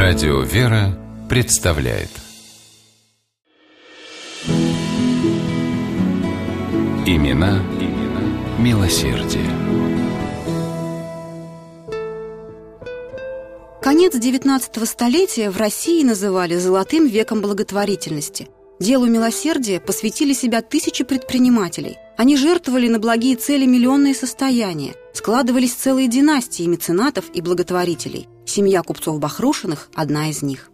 Радио «Вера» представляет Имена милосердия. Конец XIX столетия в России называли «золотым веком благотворительности». Делу милосердия посвятили себя тысячи предпринимателей. Они жертвовали на благие цели миллионные состояния. Складывались целые династии меценатов и благотворителей. Семья купцов Бахрушиных – одна из них.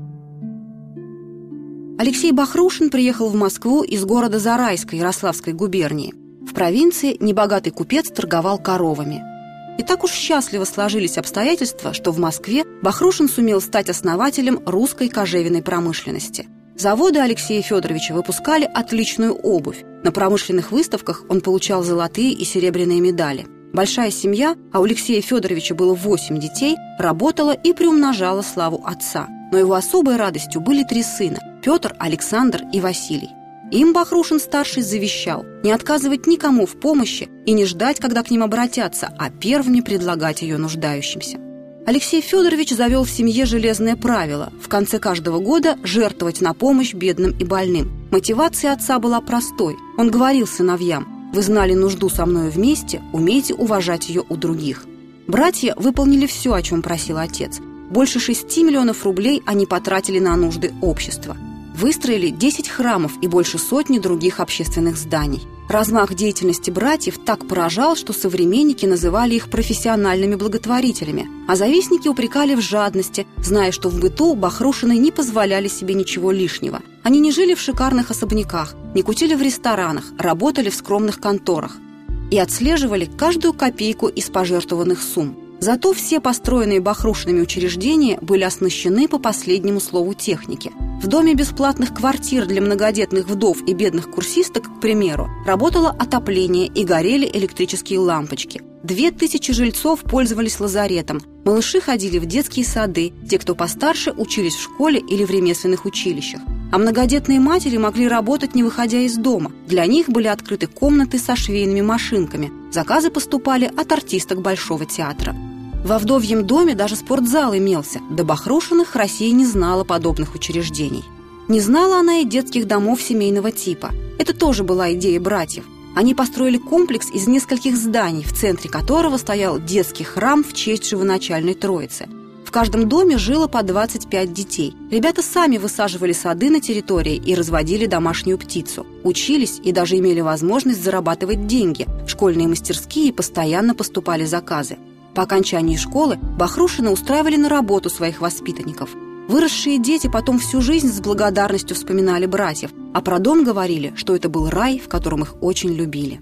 Алексей Бахрушин приехал в Москву из города Зарайска Ярославской губернии. В провинции небогатый купец торговал коровами. И так уж счастливо сложились обстоятельства, что в Москве Бахрушин сумел стать основателем русской кожевенной промышленности. Заводы Алексея Федоровича выпускали отличную обувь. На промышленных выставках он получал золотые и серебряные медали. Большая семья, а у Алексея Федоровича было 8 детей, работала и приумножала славу отца. Но его особой радостью были 3 сына – Петр, Александр и Василий. Им Бахрушин-старший завещал не отказывать никому в помощи и не ждать, когда к ним обратятся, а первыми предлагать ее нуждающимся. Алексей Федорович завел в семье железное правило – в конце каждого года жертвовать на помощь бедным и больным. Мотивация отца была простой. Он говорил сыновьям: «Вы знали нужду со мною вместе, умейте уважать ее у других». Братья выполнили все, о чем просил отец. Больше 6 миллионов рублей они потратили на нужды общества. Выстроили 10 храмов и больше сотни других общественных зданий. Размах деятельности братьев так поражал, что современники называли их профессиональными благотворителями, а завистники упрекали в жадности, зная, что в быту Бахрушины не позволяли себе ничего лишнего. Они не жили в шикарных особняках, не кутили в ресторанах, работали в скромных конторах и отслеживали каждую копейку из пожертвованных сумм. Зато все построенные Бахрушиными учреждения были оснащены по последнему слову техники. В доме бесплатных квартир для многодетных вдов и бедных курсисток, к примеру, работало отопление и горели электрические лампочки. 2000 жильцов пользовались лазаретом, малыши ходили в детские сады, те, кто постарше, учились в школе или в ремесленных училищах. А многодетные матери могли работать, не выходя из дома. Для них были открыты комнаты со швейными машинками. Заказы поступали от артисток Большого театра. Во вдовьем доме даже спортзал имелся. До Бахрушиных Россия не знала подобных учреждений. Не знала она и детских домов семейного типа. Это тоже была идея братьев. Они построили комплекс из нескольких зданий, в центре которого стоял детский храм в честь Живоначальной Троицы. В каждом доме жило по 25 детей. Ребята сами высаживали сады на территории и разводили домашнюю птицу. Учились и даже имели возможность зарабатывать деньги. В школьные мастерские постоянно поступали заказы. По окончании школы Бахрушины устраивали на работу своих воспитанников. Выросшие дети потом всю жизнь с благодарностью вспоминали братьев, а про дом говорили, что это был рай, в котором их очень любили.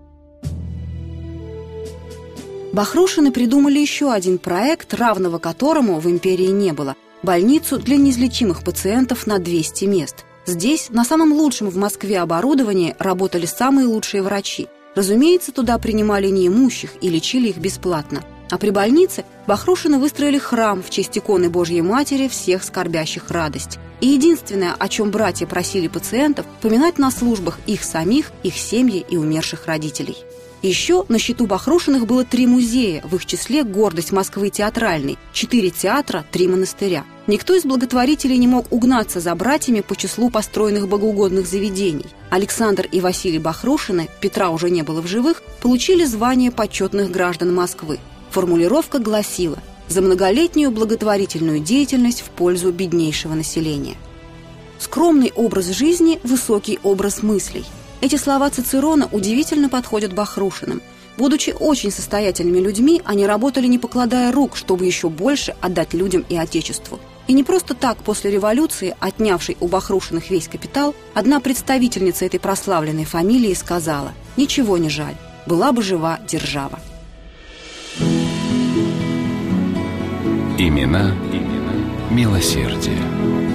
Бахрушины придумали еще один проект, равного которому в империи не было – больницу для неизлечимых пациентов на 200 мест. Здесь, на самом лучшем в Москве оборудовании, работали самые лучшие врачи. Разумеется, туда принимали неимущих и лечили их бесплатно. А при больнице Бахрушины выстроили храм в честь иконы Божьей Матери всех скорбящих радость. И единственное, о чем братья просили пациентов, поминать на службах их самих, их семьи и умерших родителей. Еще на счету Бахрушиных было 3 музея, в их числе гордость Москвы театральной, 4 театра, 3 монастыря. Никто из благотворителей не мог угнаться за братьями по числу построенных богоугодных заведений. Александр и Василий Бахрушины, Петра уже не было в живых, получили звание почетных граждан Москвы. Формулировка гласила: «За многолетнюю благотворительную деятельность в пользу беднейшего населения». Скромный образ жизни – высокий образ мыслей. Эти слова Цицерона удивительно подходят Бахрушиным. Будучи очень состоятельными людьми, они работали не покладая рук, чтобы еще больше отдать людям и Отечеству. И не просто так после революции, отнявшей у Бахрушиных весь капитал, одна представительница этой прославленной фамилии сказала: «Ничего не жаль, была бы жива держава». Имена милосердия.